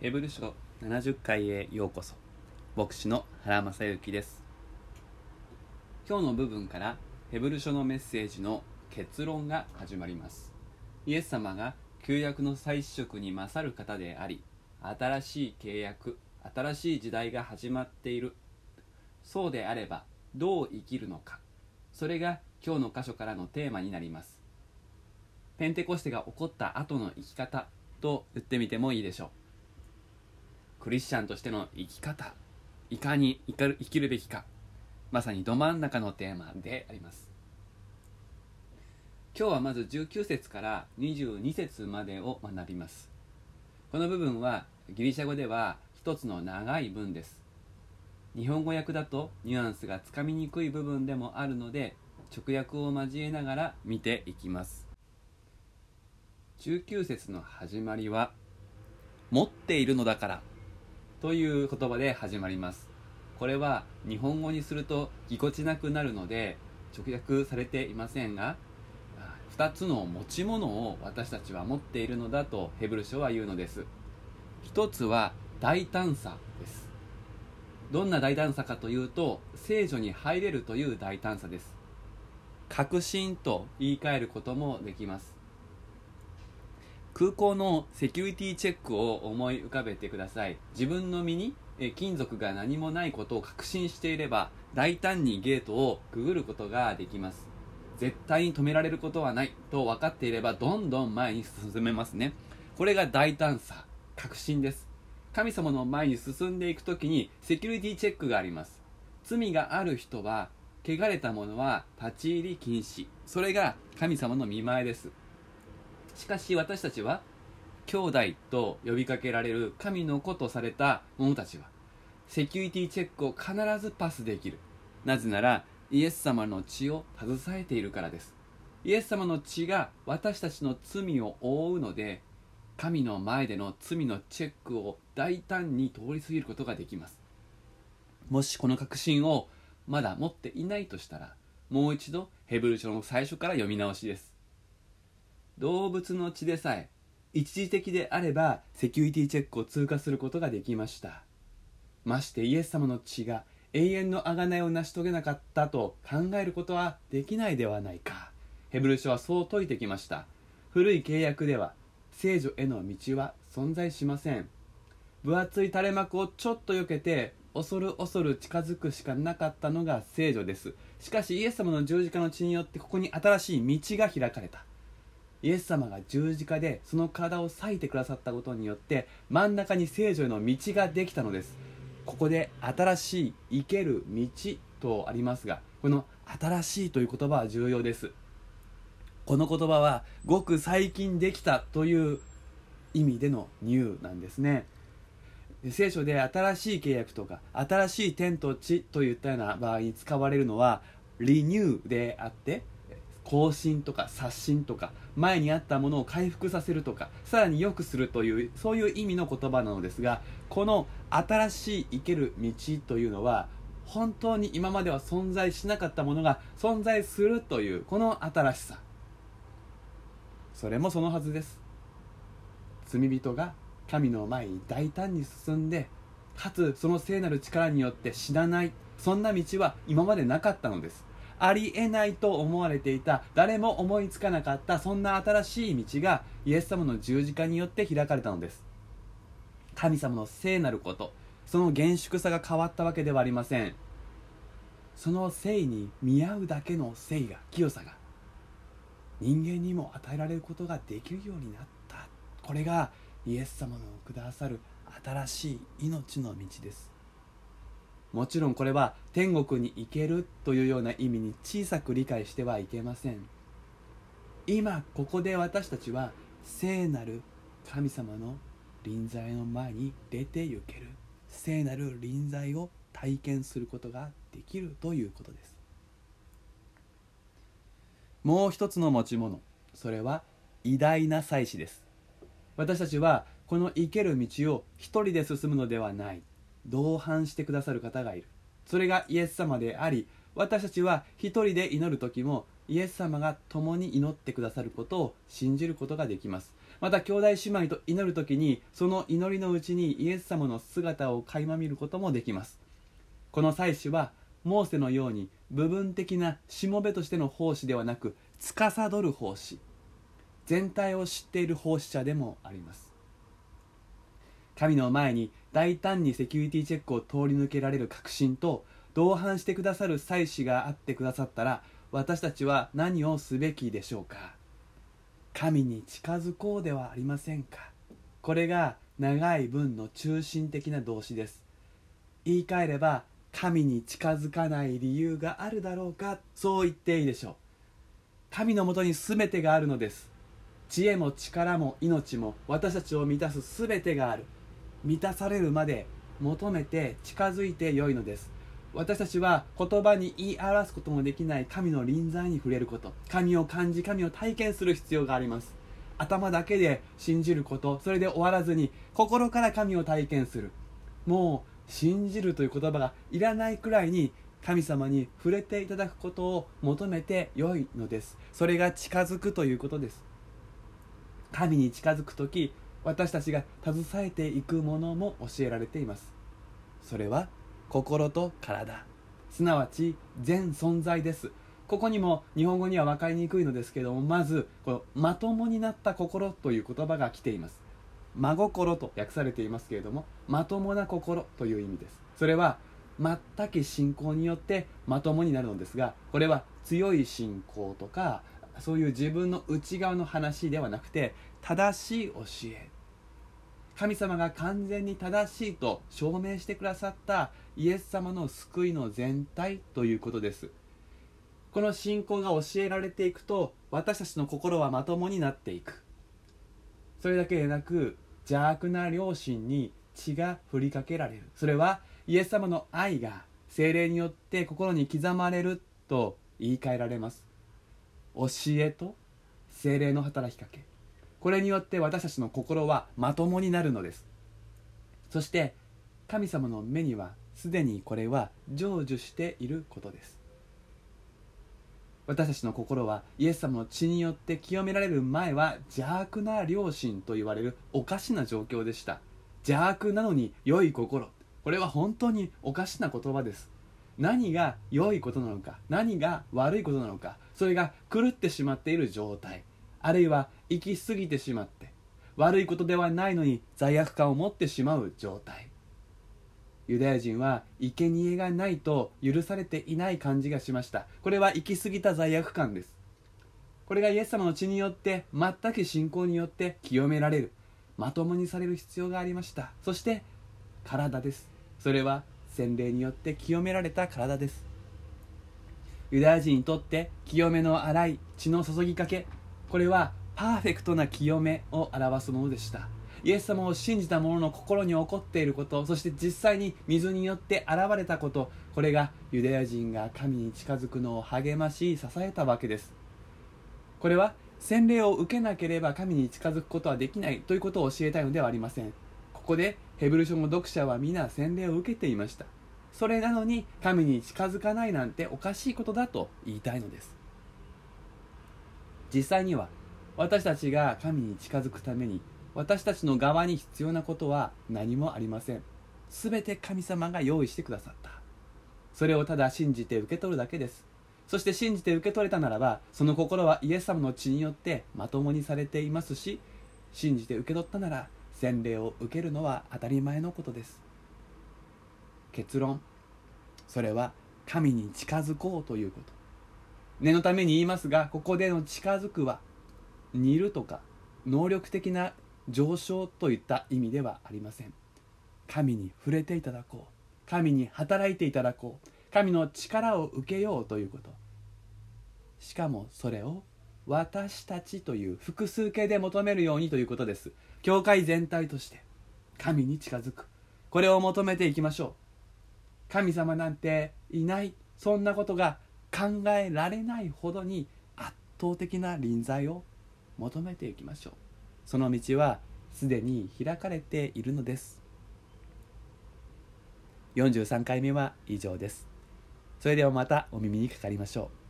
ヘブル書70回へようこそ。牧師の原正幸です。今日の部分からヘブル書のメッセージの結論が始まります。イエス様が旧約の祭司職に勝る方であり、新しい契約、新しい時代が始まっている。そうであればどう生きるのか。それが今日の箇所からのテーマになります。ペンテコステが起こった後の生き方と言ってみてもいいでしょう。クリスチャンとしての生き方、いかに生きるべきか、まさにど真ん中のテーマであります。今日はまず19節から22節までを学びます。この部分はギリシャ語では一つの長い文です。日本語訳だとニュアンスがつかみにくい部分でもあるので、直訳を交えながら見ていきます。19節の始まりは、持っているのだからという言葉で始まります。これは日本語にするとぎこちなくなるので直訳されていませんが、2つの持ち物を私たちは持っているのだとヘブル書は言うのです。一つは大胆さです。どんな大胆さかというと、聖女に入れるという大胆さです。確信と言い換えることもできます。空港のセキュリティチェックを思い浮かべてください。自分の身に金属が何もないことを確信していれば、大胆にゲートをくぐることができます。絶対に止められることはないと分かっていれば、どんどん前に進めますね。これが大胆さ、確信です。神様の前に進んでいくときにセキュリティチェックがあります。罪がある人は、汚れたものは立ち入り禁止。それが神様の御前です。しかし私たちは兄弟と呼びかけられる神の子とされた者たちはセキュリティチェックを必ずパスできる。なぜならイエス様の血を携えているからです。イエス様の血が私たちの罪を覆うので、神の前での罪のチェックを大胆に通り過ぎることができます。もしこの確信をまだ持っていないとしたら、もう一度ヘブル書の最初から読み直しです。動物の血でさえ一時的であればセキュリティチェックを通過することができました。ましてイエス様の血が永遠の贖いを成し遂げなかったと考えることはできないではないか。ヘブル書はそう説いてきました。古い契約では聖女への道は存在しません。分厚い垂れ幕をちょっと避けて恐る恐る近づくしかなかったのが聖女です。しかしイエス様の十字架の血によってここに新しい道が開かれた。イエス様が十字架でその体を裂いてくださったことによって真ん中に聖女への道ができたのです。ここで新しい生ける道とありますが、この新しいという言葉は重要です。この言葉はごく最近できたという意味でのニューなんですね。聖書で新しい契約とか新しい天と地といったような場合に使われるのはリニューであって、更新とか刷新とか前にあったものを回復させるとかさらに良くするという、そういう意味の言葉なのですが、この新しい生ける道というのは本当に今までは存在しなかったものが存在するというこの新しさ、それもそのはずです。罪人が神の前に大胆に進んで、かつその聖なる力によって死なない、そんな道は今までなかったのです。ありえないと思われていた、誰も思いつかなかったそんな新しい道がイエス様の十字架によって開かれたのです。神様の聖なること、その厳粛さが変わったわけではありません。その聖に見合うだけの聖が、清さが人間にも与えられることができるようになった。これがイエス様のくださる新しい命の道です。もちろんこれは天国に行けるというような意味に小さく理解してはいけません。今ここで私たちは聖なる神様の臨在の前に出て行ける、聖なる臨在を体験することができるということです。もう一つの持ち物、それは偉大な祭司です。私たちはこの生ける道を一人で進むのではない、同伴してくださる方がいる。それがイエス様であり、私たちは一人で祈る時もイエス様が共に祈ってくださることを信じることができます。 また兄弟姉妹と祈るときに、その祈りのうちにイエス様の姿を垣間見ることもできます。この祭司はモーセのように部分的なしもべとしての奉仕ではなく、司る奉仕、全体を知っている奉仕者でもあります。神の前に大胆にセキュリティチェックを通り抜けられる確信と、同伴してくださる祭司があってくださったら、私たちは何をすべきでしょうか。神に近づこうではありませんか。これが長い文の中心的な動詞です。言い換えれば、神に近づかない理由があるだろうか、そう言っていいでしょう。神のもとに全てがあるのです。知恵も力も命も私たちを満たす全てがある。満たされるまで求めて近づいてよいのです。私たちは言葉に言い表すこともできない神の臨在に触れること、神を感じ、神を体験する必要があります。頭だけで信じること、それで終わらずに心から神を体験する。もう信じるという言葉がいらないくらいに神様に触れていただくことを求めてよいのです。それが近づくということです。神に近づくとき、私たちが携えていくものも教えられています。それは心と体、すなわち全存在です。ここにも日本語には分かりにくいのですけれども、まずこのまともになった心という言葉が来ています。真心と訳されていますけれども、まともな心という意味です。それは全く信仰によってまともになるのですが、これは強い信仰とかそういう自分の内側の話ではなくて、正しい教え、神様が完全に正しいと証明してくださったイエス様の救いの全体ということです。この信仰が教えられていくと、私たちの心はまともになっていく。それだけでなく、邪悪な良心に血が振りかけられる。それはイエス様の愛が聖霊によって心に刻まれると言い換えられます。教えと聖霊の働きかけ、これによって私たちの心はまともになるのです。そして神様の目にはすでにこれは成就していることです。私たちの心はイエス様の血によって清められる前は邪悪な良心と言われるおかしな状況でした。邪悪なのに良い心、これは本当におかしな言葉です。何が良いことなのか、何が悪いことなのか、それが狂ってしまっている状態、あるいは行き過ぎてしまって悪いことではないのに罪悪感を持ってしまう状態。ユダヤ人は生贄がないと許されていない感じがしました。これは行き過ぎた罪悪感です。これがイエス様の血によって、全く信仰によって清められる、まともにされる必要がありました。そして体です。それは洗礼によって清められた体です。ユダヤ人にとって清めの洗い、血の注ぎかけ、これはパーフェクトな清めを表すものでした。イエス様を信じた者の心に起こっていること、そして実際に水によって現れたこと、これがユダヤ人が神に近づくのを励まし支えたわけです。これは洗礼を受けなければ神に近づくことはできないということを教えたいのではありません。ここでヘブル書の読者は皆洗礼を受けていました。それなのに神に近づかないなんておかしいことだと言いたいのです。実際には私たちが神に近づくために、私たちの側に必要なことは何もありません。すべて神様が用意してくださった。それをただ信じて受け取るだけです。そして信じて受け取れたならば、その心はイエス様の血によってまともにされていますし、信じて受け取ったなら洗礼を受けるのは当たり前のことです。結論、それは神に近づこうということ。念のために言いますが、ここでの近づくは似るとか能力的な上昇といった意味ではありません。神に触れていただこう、神に働いていただこう、神の力を受けようということ。しかもそれを私たちという複数形で求めるようにということです。教会全体として神に近づく、これを求めていきましょう。神様なんていない、そんなことが考えられないほどに圧倒的な臨在を求めていきましょう。その道はすでに開かれているのです。43回目は以上です。それではまたお耳にかかりましょう。